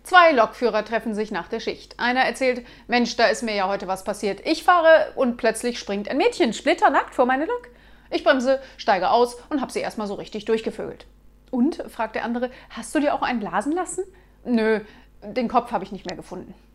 Zwei Lokführer treffen sich nach der Schicht. Einer erzählt, Mensch, da ist mir ja heute was passiert. Ich fahre und plötzlich springt ein Mädchen splitternackt vor meine Lok. Ich bremse, steige aus und habe sie erstmal so richtig durchgevögelt. Und, fragt der andere, hast du dir auch einen blasen lassen? Nö, den Kopf habe ich nicht mehr gefunden.